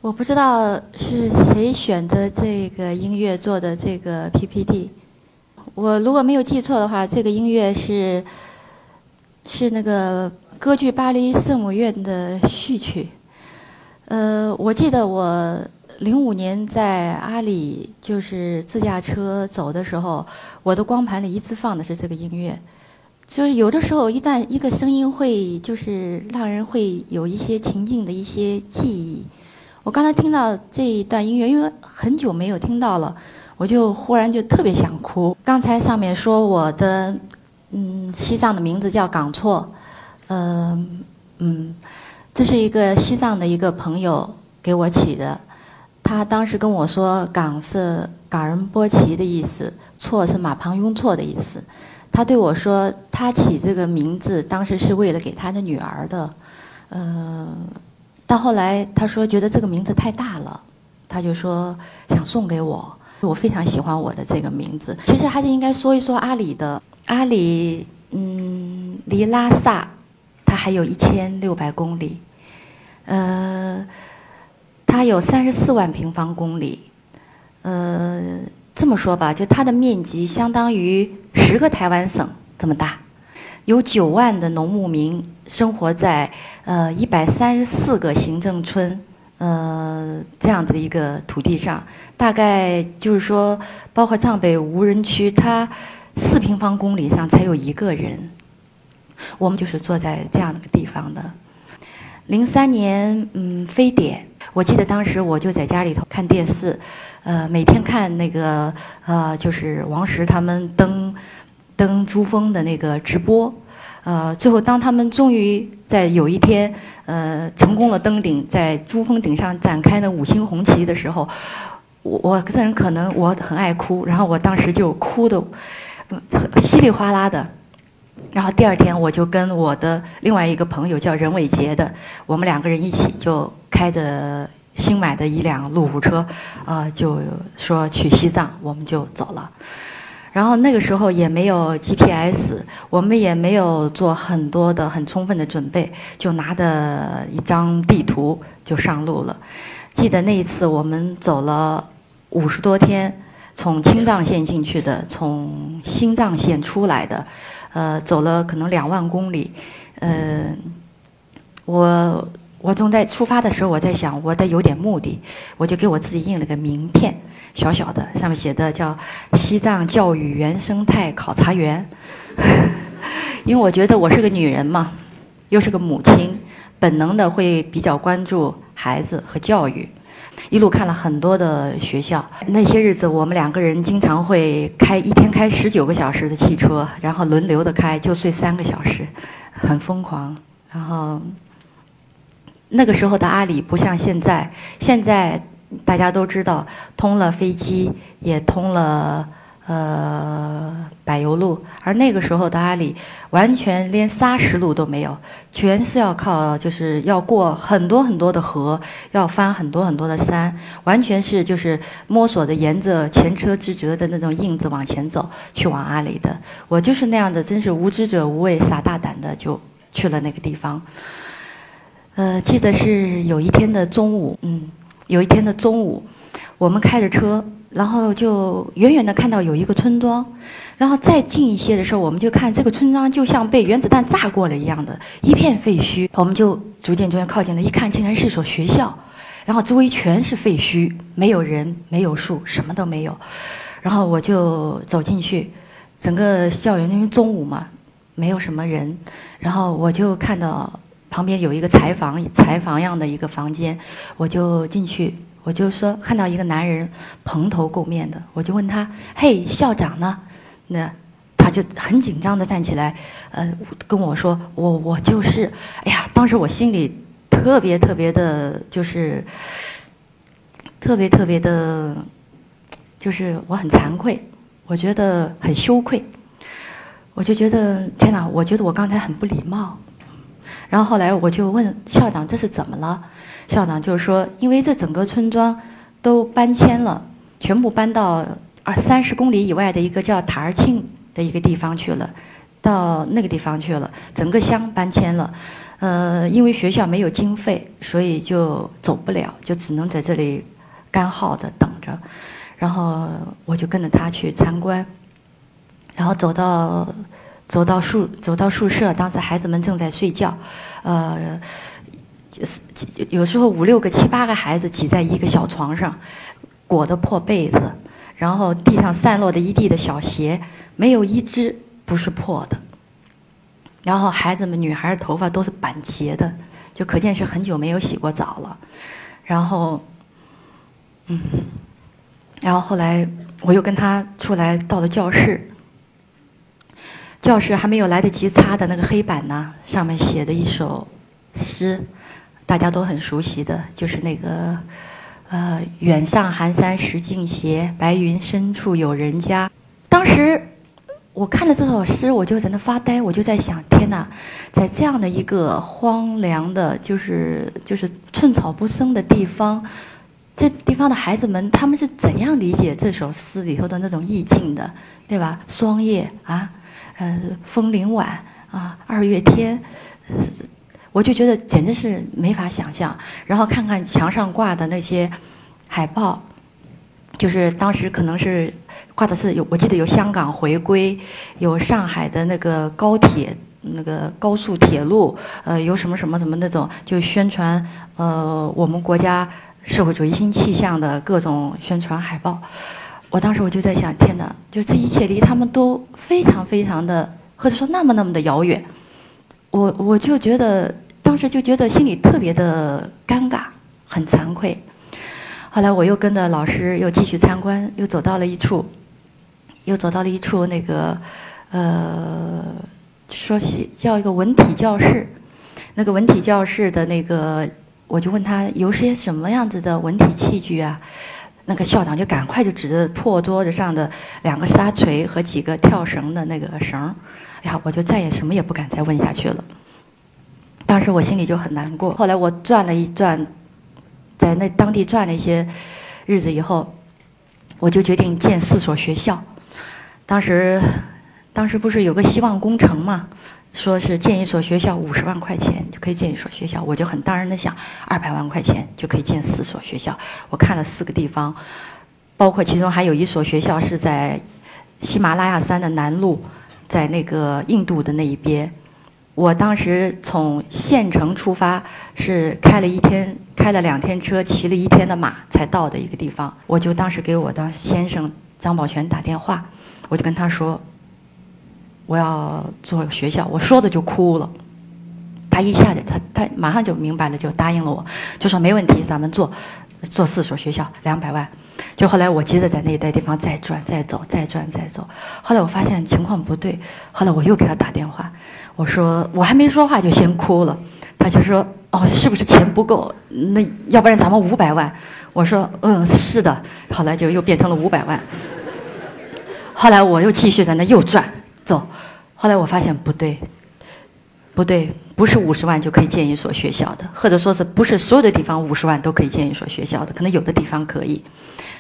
我不知道是谁选的这个音乐做的这个 PPT。我如果没有记错的话，这个音乐是那个歌剧巴黎圣母院的序曲。我记得我05年在阿里就是自驾车走的时候，我的光盘里一直放的是这个音乐。就是有的时候一个声音会就是让人会有一些情境的一些记忆。我刚才听到这一段音乐，因为很久没有听到了，我就忽然就特别想哭。刚才上面说我的西藏的名字叫港措，这是一个西藏的一个朋友给我起的。他当时跟我说，港是冈仁波齐的意思，措是马旁雍措的意思。他对我说，他起这个名字当时是为了给他的女儿的，到后来他说觉得这个名字太大了，他就说想送给我。我非常喜欢我的这个名字。其实还是应该说一说阿里的。阿里离拉萨它还有1600公里，它有34万平方公里。这么说吧，就它的面积相当于10个台湾省这么大，有9万的农牧民生活在134个行政村这样子的一个土地上。大概就是说，包括藏北无人区，它4平方公里上才有1个人。我们就是坐在这样的地方的。03年非典，我记得当时我就在家里头看电视，每天看那个就是王石他们登珠峰的那个直播。最后当他们终于在有一天成功了登顶，在珠峰顶上展开那5星红旗的时候，我这人可能我很爱哭，然后我当时就哭的稀里哗啦的。然后第二天我就跟我的另外一个朋友叫任伟杰的，我们2个人一起就开着新买的一辆路虎车，就说去西藏，我们就走了。然后那个时候也没有 GPS， 我们也没有做很充分的准备，就拿着一张地图就上路了。记得那一次我们走了50多天，从青藏线进去的，从新藏线出来的，走了可能2万公里。我总在出发的时候，我在想我得有点目的，我就给我自己印了个名片，小小的，上面写的叫西藏教育原生态考察员。因为我觉得我是个女人嘛，又是个母亲，本能的会比较关注孩子和教育。一路看了很多的学校，那些日子我们2个人经常会一天开19个小时的汽车，然后轮流的开，就睡3个小时，很疯狂。然后那个时候的阿里不像现在，现在大家都知道通了飞机，也通了柏油路，而那个时候的阿里完全连砂石路都没有，全是要靠就是要过很多很多的河，要翻很多很多的山，完全是就是摸索着沿着前车之辙的那种印子往前走，去往阿里的。我就是那样的，真是无知者无畏，傻大胆的就去了那个地方。记得是有一天的中午，我们开着车，然后就远远的看到有一个村庄，然后再近一些的时候，我们就看这个村庄就像被原子弹炸过了一样的，一片废墟。我们就逐渐靠近了，一看竟然是所学校，然后周围全是废墟，没有人，没有树，什么都没有。然后我就走进去，整个校园因为中午嘛，没有什么人，然后我就看到旁边有一个柴房样的一个房间，我就进去。我就说看到一个男人蓬头垢面的，我就问他：“嘿，校长呢？”那他就很紧张的站起来，跟我说：“我就是。”哎呀，当时我心里特别的，就是特别的，就是我很惭愧，我觉得很羞愧，我就觉得天哪，我觉得我刚才很不礼貌。然后后来我就问校长这是怎么了，校长就说因为这整个村庄都搬迁了，全部搬到30公里以外的一个叫塔尔庆的一个地方去了。 到那个地方去了，整个乡搬迁了。因为学校没有经费，所以就走不了，就只能在这里干耗着等着。然后我就跟着他去参观，然后走到宿舍，当时孩子们正在睡觉，有时候5、6个、7、8个孩子挤在一个小床上，裹的破被子，然后地上散落的一地的小鞋，没有一只不是破的。然后孩子们女孩的头发都是板结的，就可见是很久没有洗过澡了。然后后来我又跟他出来到了教室，教室还没有来得及擦的那个黑板呢，上面写的一首诗，大家都很熟悉的，就是那个远上寒山石径斜，白云深处有人家。当时我看了这首诗，我就在那发呆，我就在想，天哪，在这样的一个荒凉的，就是寸草不生的地方，这地方的孩子们，他们是怎样理解这首诗里头的那种意境的，对吧？霜叶啊，枫林晚啊，2月天，我就觉得简直是没法想象。然后看看墙上挂的那些海报，就是当时可能是挂的是我记得有香港回归，有上海的那个高铁，那个高速铁路，有什么什么什么那种，就宣传我们国家社会主义新气象的各种宣传海报。我当时我就在想，天哪，就这一切离他们都非常非常的，或者说那么的遥远。我就觉得当时就觉得心里特别的尴尬，很惭愧。后来我又跟着老师又继续参观，又走到了一处那个说是叫一个文体教室。那个文体教室的那个，我就问他有些什么样子的文体器具啊？那个校长就赶快就指着破桌子上的2个沙锤和几个跳绳的那个绳。哎呀，我就再也什么也不敢再问下去了。当时我心里就很难过。后来我转了一转，在那当地转了一些日子以后，我就决定建4所学校。当时不是有个希望工程嘛，说是建一所学校50万块钱就可以建一所学校，我就很当然的想，200万块钱就可以建4所学校。我看了4个地方，包括其中还有一所学校是在喜马拉雅山的南麓，在那个印度的那一边。我当时从县城出发，是开了2天车，骑了1天的马才到的一个地方。我就当时给我的先生张宝全打电话，我就跟他说我要做个学校，我说的就哭了。他一下子他马上就明白了，就答应了我，就说没问题，咱们做4所学校，200万。就后来我接着在那一带地方再转再走，再转再走。后来我发现情况不对，后来我又给他打电话，我说我还没说话就先哭了。他就说是不是钱不够？那要不然咱们500万。我说是的。后来就又变成了500万。后来我又继续在那又转走。后来我发现不对，不是50万就可以建一所学校的，或者说是不是所有的地方50万都可以建一所学校的，可能有的地方可以。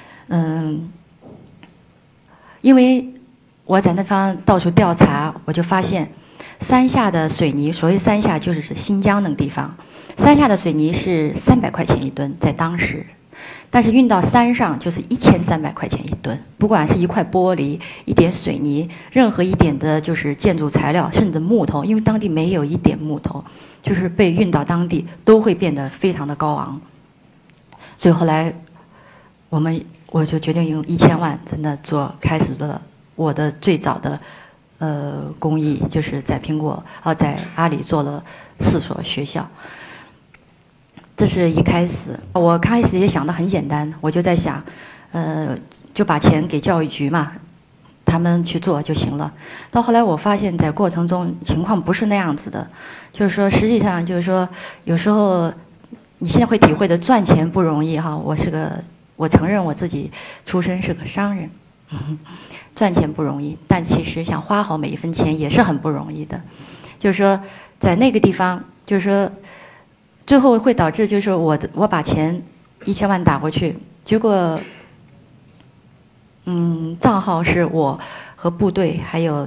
因为我在那方到处调查，我就发现山下的水泥，所谓山下就是指新疆那个地方，山下的水泥是300块钱一吨，在当时，但是运到山上就是1300块钱一吨。不管是一块玻璃、一点水泥，任何一点的就是建筑材料，甚至木头，因为当地没有一点木头，就是被运到当地都会变得非常的高昂。所以后来我就决定用1000万在那开始做我的最早的公益，就是在在阿里做了4所学校。这是一开始，我开始也想得很简单，我就在想，就把钱给教育局嘛，他们去做就行了。到后来我发现，在过程中情况不是那样子的，就是说，实际上就是说，有时候你现在会体会的赚钱不容易哈。我承认我自己出身是个商人，赚钱不容易，但其实想花好每一分钱也是很不容易的。就是说，在那个地方，就是说。最后会导致就是我把钱1000万打过去，结果，账号是我和部队还有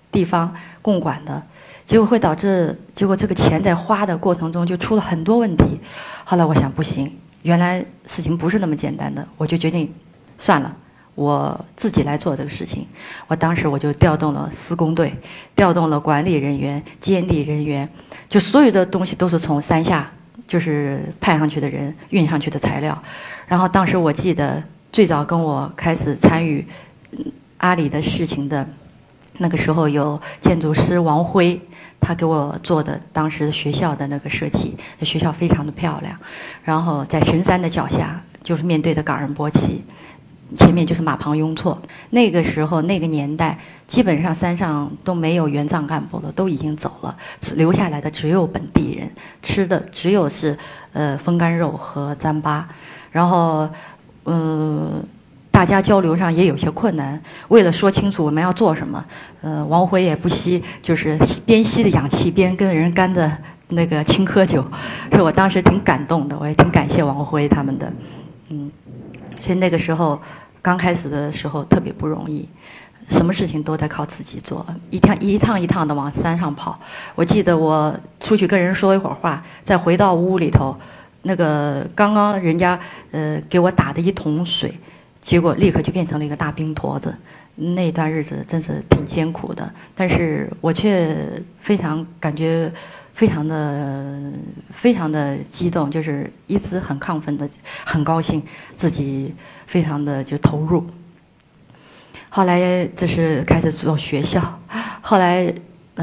地方共管的，结果会导致结果这个钱在花的过程中就出了很多问题。后来我想不行，原来事情不是那么简单的，我就决定算了，我自己来做这个事情。当时我就调动了施工队，调动了管理人员、监理人员，就所有的东西都是从山下就是派上去的人运上去的材料。然后当时我记得最早跟我开始参与阿里的事情的那个时候有建筑师王辉，他给我做的当时的学校的那个设计，那学校非常的漂亮，然后在神山的脚下，就是面对的冈仁波齐，前面就是马旁雍错。那个时候那个年代，基本上山上都没有原藏干部了，都已经走了，留下来的只有本地人，吃的只有是风干肉和糌粑，然后大家交流上也有些困难。为了说清楚我们要做什么，王辉也不惜就是边吸着氧气边跟人干的那个青稞酒，所以我当时挺感动的，我也挺感谢王辉他们的。所以那个时候刚开始的时候特别不容易，什么事情都得靠自己做，一趟一趟的往山上跑。我记得我出去跟人说一会儿话，再回到屋里头，那个刚刚人家给我打的一桶水，结果立刻就变成了一个大冰坨子。那段日子真是挺艰苦的，但是我却非常感觉非常的激动，就是一直很亢奋的，很高兴，自己非常的就投入。后来就是开始做学校，后来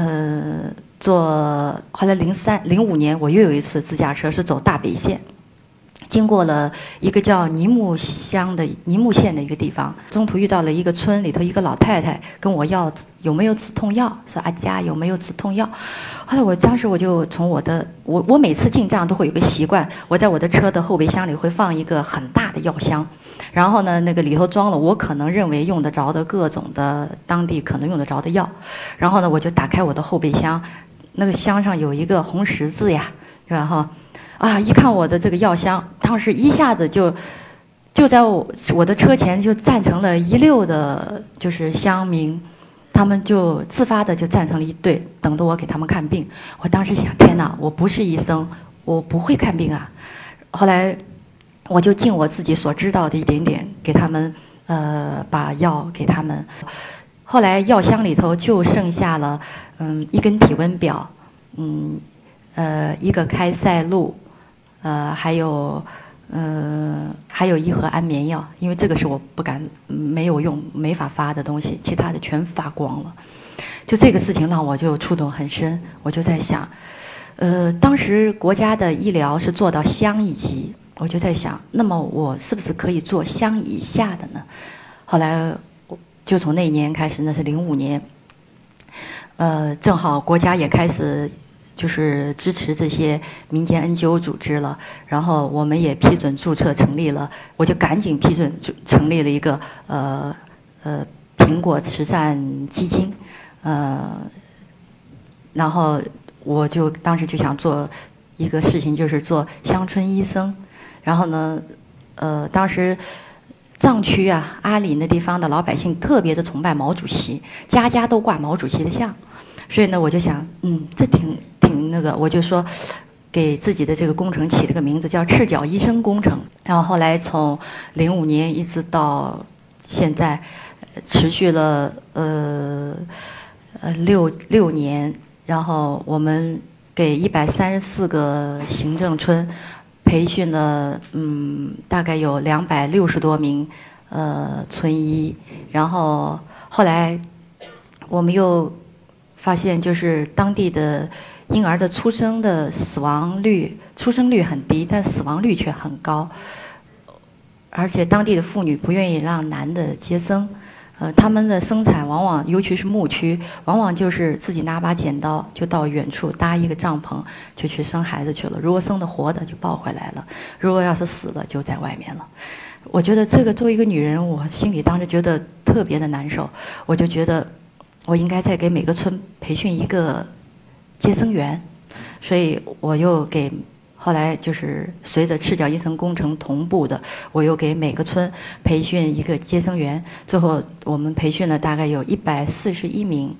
后来05年我又有一次自驾车是走大北线。经过了一个叫尼木县的一个地方，中途遇到了一个村里头一个老太太跟我要有没有止痛药，说阿佳有没有止痛药。后来当时我就从我每次进藏都会有个习惯，我在我的车的后备箱里会放一个很大的药箱，然后呢那个里头装了我可能认为用得着的各种的当地可能用得着的药，然后呢我就打开我的后备箱，那个箱上有一个红十字呀，对吧哈？一看我的这个药箱，当时一下子就在我的车前就站成了一溜的，就是乡民，他们就自发的就站成了一队，等着我给他们看病。我当时想，天哪，我不是医生，我不会看病啊。后来我就尽我自己所知道的一点点给他们，把药给他们。后来药箱里头就剩下了，一根体温表，一个开塞露。还有一盒安眠药，因为这个是我不敢没有用没法发的东西，其他的全发光了。就这个事情让我就触动很深，我就在想，当时国家的医疗是做到乡一级，我就在想，那么我是不是可以做乡以下的呢？后来就从那一年开始，那是05年，正好国家也开始。就是支持这些民间 NGO 组织了，然后我们也批准注册成立了，我就赶紧批准成立了一个苹果慈善基金，然后我就当时就想做一个事情，就是做乡村医生，然后呢，当时藏区啊阿里那地方的老百姓特别的崇拜毛主席，家家都挂毛主席的像。所以呢，我就想，这挺那个，我就说，给自己的这个工程起了个名字叫赤脚医生工程。然后后来从05年一直到现在，持续了六年。然后我们给134个行政村培训了大概有260多名村医。然后后来我们又发现，就是当地的婴儿的出生率很低，但死亡率却很高。而且当地的妇女不愿意让男的接生，他们的生产往往，尤其是牧区，往往就是自己拿把剪刀就到远处搭一个帐篷就去生孩子去了。如果生的活的就抱回来了，如果要是死了就在外面了。我觉得这个作为一个女人，我心里当时觉得特别的难受，我就觉得我应该再给每个村培训一个接生员，所以我又后来就是随着赤脚医生工程同步的，我又给每个村培训一个接生员。最后我们培训了大概有141名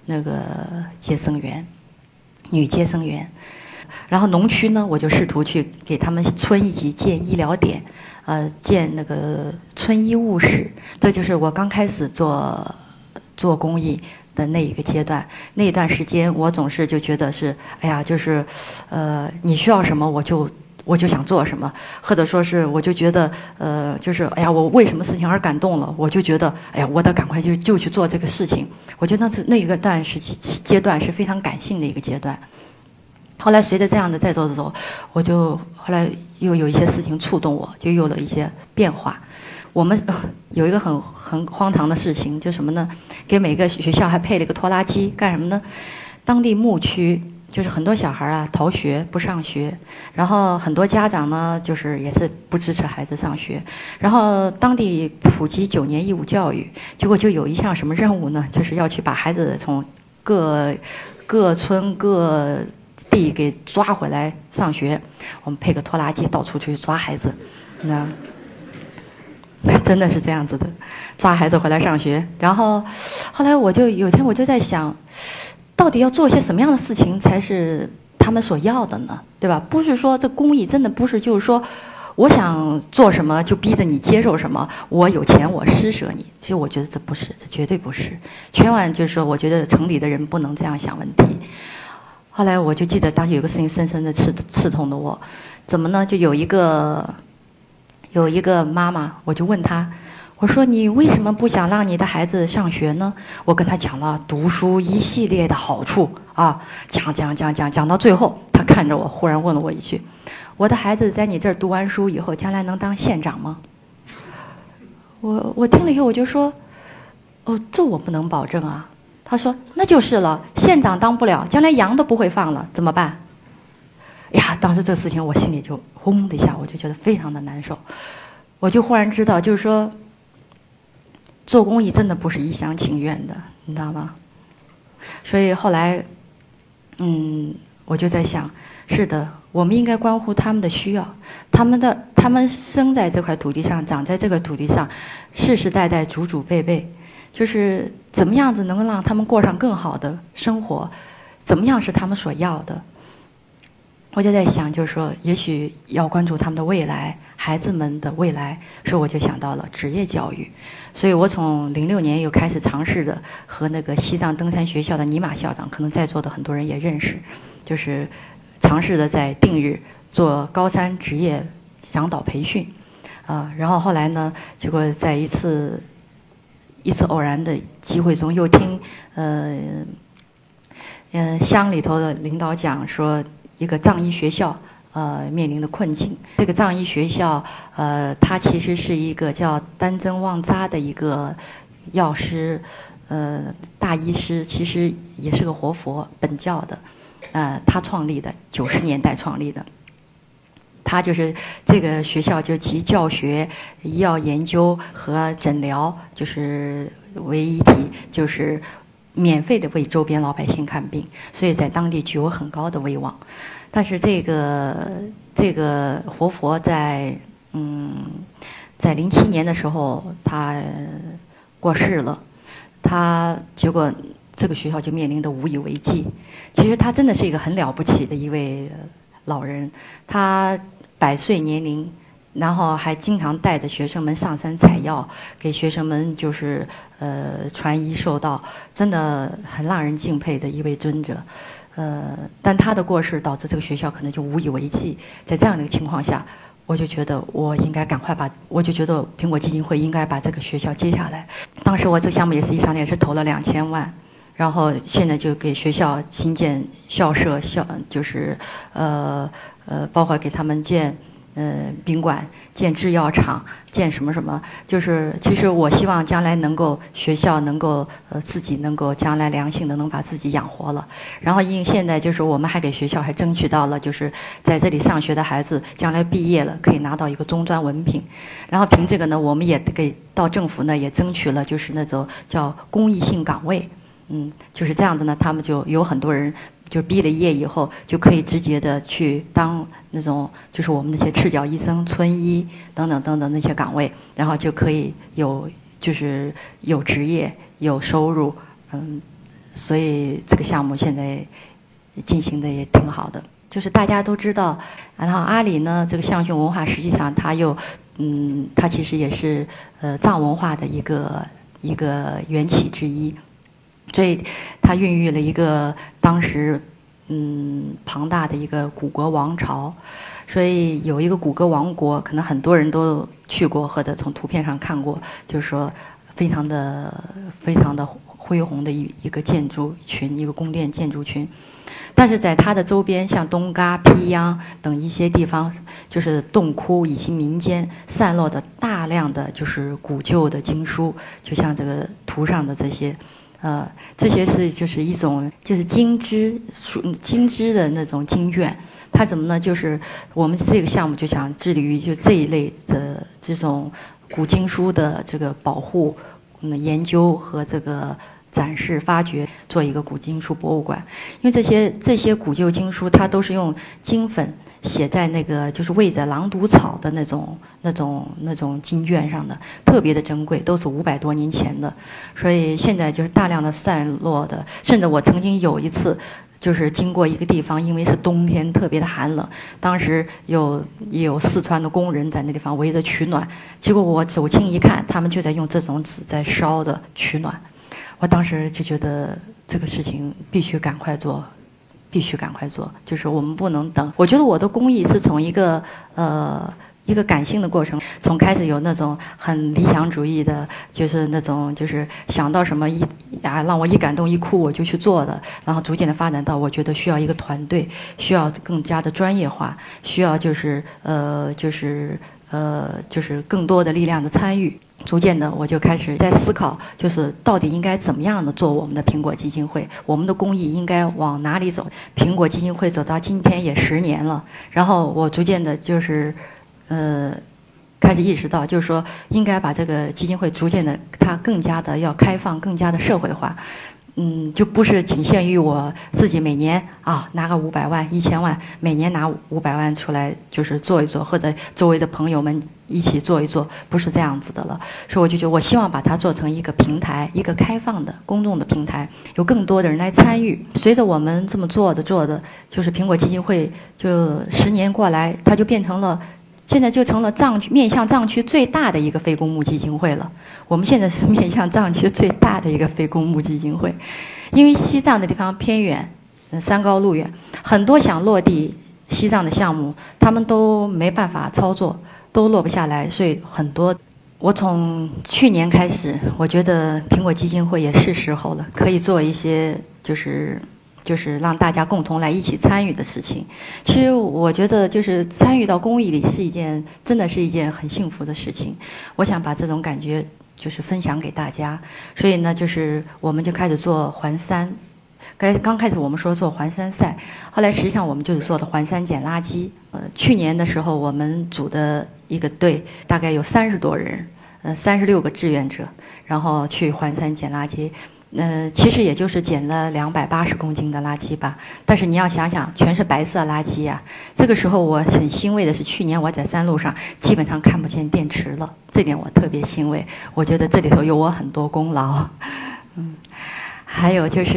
那个接生员，女接生员。然后农区呢，我就试图去给他们村一级建医疗点，建那个村医务室。这就是我刚开始做公益的那一个阶段。那一段时间，我总是就觉得是，哎呀，就是你需要什么我就想做什么，或者说是我就觉得就是哎呀，我为什么事情而感动了，我就觉得哎呀，我得赶快就去做这个事情。我觉得那一个阶段是非常感性的一个阶段。后来随着这样的再走，我就后来又有一些事情触动我，就有了一些变化。我们有一个很荒唐的事情，就什么呢？给每个学校还配了一个拖拉机，干什么呢？当地牧区就是很多小孩啊逃学不上学，然后很多家长呢就是也是不支持孩子上学，然后当地普及9年义务教育，结果就有一项什么任务呢？就是要去把孩子从各村各地给抓回来上学。我们配个拖拉机到处去抓孩子，那真的是这样子的，抓孩子回来上学。然后后来有天我就在想，到底要做些什么样的事情才是他们所要的呢？对吧？不是说这公益真的不是就是说我想做什么就逼着你接受什么，我有钱我施舍你。其实我觉得这不是，这绝对不是。千万就是说，我觉得城里的人不能这样想问题。后来我就记得当时有个事情深深的刺痛了我。怎么呢？就有一个妈妈，我就问她，我说你为什么不想让你的孩子上学呢？我跟她讲了读书一系列的好处啊，讲到最后，她看着我，忽然问了我一句：我的孩子在你这儿读完书以后，将来能当县长吗？我听了以后我就说，哦，这我不能保证啊。他说那就是了，县长当不了，将来羊都不会放了，怎么办？呀，当时这事情我心里就轰的一下，我就觉得非常的难受。我就忽然知道，就是说做公益真的不是一厢情愿的，你知道吗？所以后来我就在想，是的，我们应该关乎他们的需要，他们生在这块土地上，长在这个土地上，世世代代祖祖辈辈，就是怎么样子能够让他们过上更好的生活，怎么样是他们所要的。我就在想，就是说也许要关注他们的未来，孩子们的未来，所以我就想到了职业教育。所以我从06年又开始尝试着和那个西藏登山学校的尼玛校长，可能在座的很多人也认识，就是尝试着在定日做高山职业向导培训，然后后来呢，结果在一次偶然的机会中，又听乡里头的领导讲说，一个藏医学校面临的困境。这个藏医学校它其实是一个叫丹增旺扎的一个药师大医师，其实也是个活佛，本教的，他创立的，90年代创立的。他就是这个学校就集教学、医药研究和诊疗就是为一体，就是免费的为周边老百姓看病，所以在当地具有很高的威望。但是这个活佛在07年的时候他过世了，结果这个学校就面临的无以为继。其实他真的是一个很了不起的一位老人，他100岁年龄，然后还经常带着学生们上山采药，给学生们就是传医授道，真的很让人敬佩的一位尊者。但他的过世导致这个学校可能就无以为继。在这样的一个情况下，我就觉得我应该赶快我就觉得苹果基金会应该把这个学校接下来。当时我这个项目也是也是投了2000万，然后现在就给学校新建校舍，就是包括给他们建宾馆、建制药厂、建什么什么，就是其实我希望将来学校能够自己能够将来良性的能把自己养活了。然后因为现在就是我们还给学校还争取到了，就是在这里上学的孩子将来毕业了可以拿到一个中专文凭。然后凭这个呢，我们也到政府呢也争取了就是那种叫公益性岗位。就是这样子呢，他们就有很多人就毕了业以后就可以直接的去当那种就是我们那些赤脚医生、村医等等等等那些岗位，然后就可以就是有职业、有收入， 所以这个项目现在进行的也挺好的。就是大家都知道，然后阿里呢，这个象雄文化实际上它又，它其实也是藏文化的一个缘起之一，所以它孕育了一个当时庞大的一个古国王朝。所以有一个古歌王国，可能很多人都去过或者从图片上看过，就是说非常的恢宏的一个建筑群，一个宫殿建筑群。但是在它的周边，像东嘎、披央等一些地方，就是洞窟以及民间散落的大量的就是古旧的经书，就像这个图上的这些。这些是就是一种就是精织的那种经卷。它怎么呢？就是我们这个项目就想致力于就这一类的这种古经书的这个保护、研究和这个展示、发掘，做一个古经书博物馆。因为这些古旧经书，它都是用金粉写在那个就是喂在狼毒草的那种经卷上的，特别的珍贵，都是500多年前的。所以现在就是大量的散落的，甚至我曾经有一次。就是经过一个地方，因为是冬天，特别的寒冷，当时也有四川的工人在那地方围着取暖，结果我走近一看，他们就在用这种纸在烧的取暖。我当时就觉得这个事情必须赶快做，就是我们不能等。我觉得我的工艺是从一个感性的过程，从开始有那种很理想主义的，就是那种就是想到什么让我一感动一哭我就去做的，然后逐渐的发展到我觉得需要一个团队，需要更加的专业化，需要就是更多的力量的参与。逐渐的我就开始在思考，就是到底应该怎么样的做我们的苹果基金会，我们的公益应该往哪里走。苹果基金会走到今天也10年了，然后我逐渐的就是开始意识到，就是说应该把这个基金会逐渐的它更加的要开放，更加的社会化。就不是仅限于我自己每年拿个500万、1000万，每年拿500万出来就是做一做，或者周围的朋友们一起做一做，不是这样子的了。所以我就觉得，我希望把它做成一个平台，一个开放的、公众的平台，有更多的人来参与。随着我们这么做的，就是苹果基金会就10年过来，它就变成了。现在就成了面向藏区最大的一个非公募基金会了。我们现在是面向藏区最大的一个非公募基金会，因为西藏的地方偏远，山高路远，很多想落地西藏的项目，他们都没办法操作，都落不下来，所以很多。我从去年开始，我觉得苹果基金会也是时候了，可以做一些就是让大家共同来一起参与的事情。其实我觉得就是参与到公益里真的是一件很幸福的事情。我想把这种感觉就是分享给大家。所以呢，就是我们就开始做环山。刚开始我们说做环山赛，后来实际上我们就是做的环山捡垃圾。去年的时候我们组的一个队，大概有30多人，36个志愿者，然后去环山捡垃圾。其实也就是捡了280公斤的垃圾吧，但是你要想想，全是白色垃圾呀。这个时候我很欣慰的是，去年我在山路上基本上看不见电池了，这点我特别欣慰。我觉得这里头有我很多功劳。还有就是，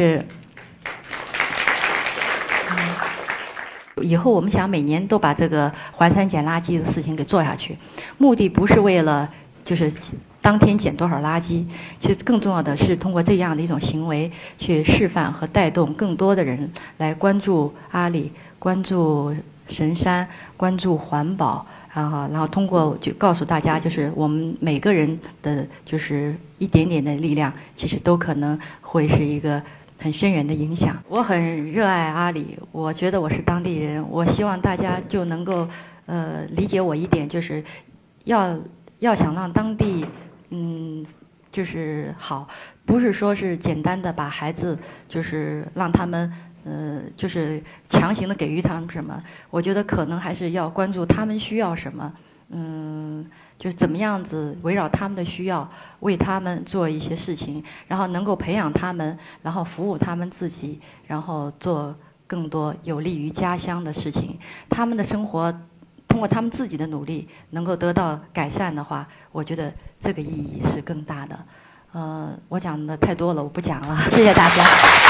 以后我们想每年都把这个环山捡垃圾的事情给做下去，目的不是为了就是当天捡多少垃圾，其实更重要的是通过这样的一种行为去示范和带动更多的人来关注阿里，关注神山，关注环保，然后通过就告诉大家，就是我们每个人的就是一点点的力量，其实都可能会是一个很深远的影响。我很热爱阿里，我觉得我是当地人，我希望大家就能够理解我一点，就是要想让当地就是好，不是说是简单的把孩子就是让他们就是强行的给予他们什么，我觉得可能还是要关注他们需要什么，就是怎么样子围绕他们的需要，为他们做一些事情，然后能够培养他们，然后服务他们自己，然后做更多有利于家乡的事情，他们的生活通过他们自己的努力能够得到改善的话，我觉得这个意义是更大的。我讲的太多了，我不讲了，谢谢大家。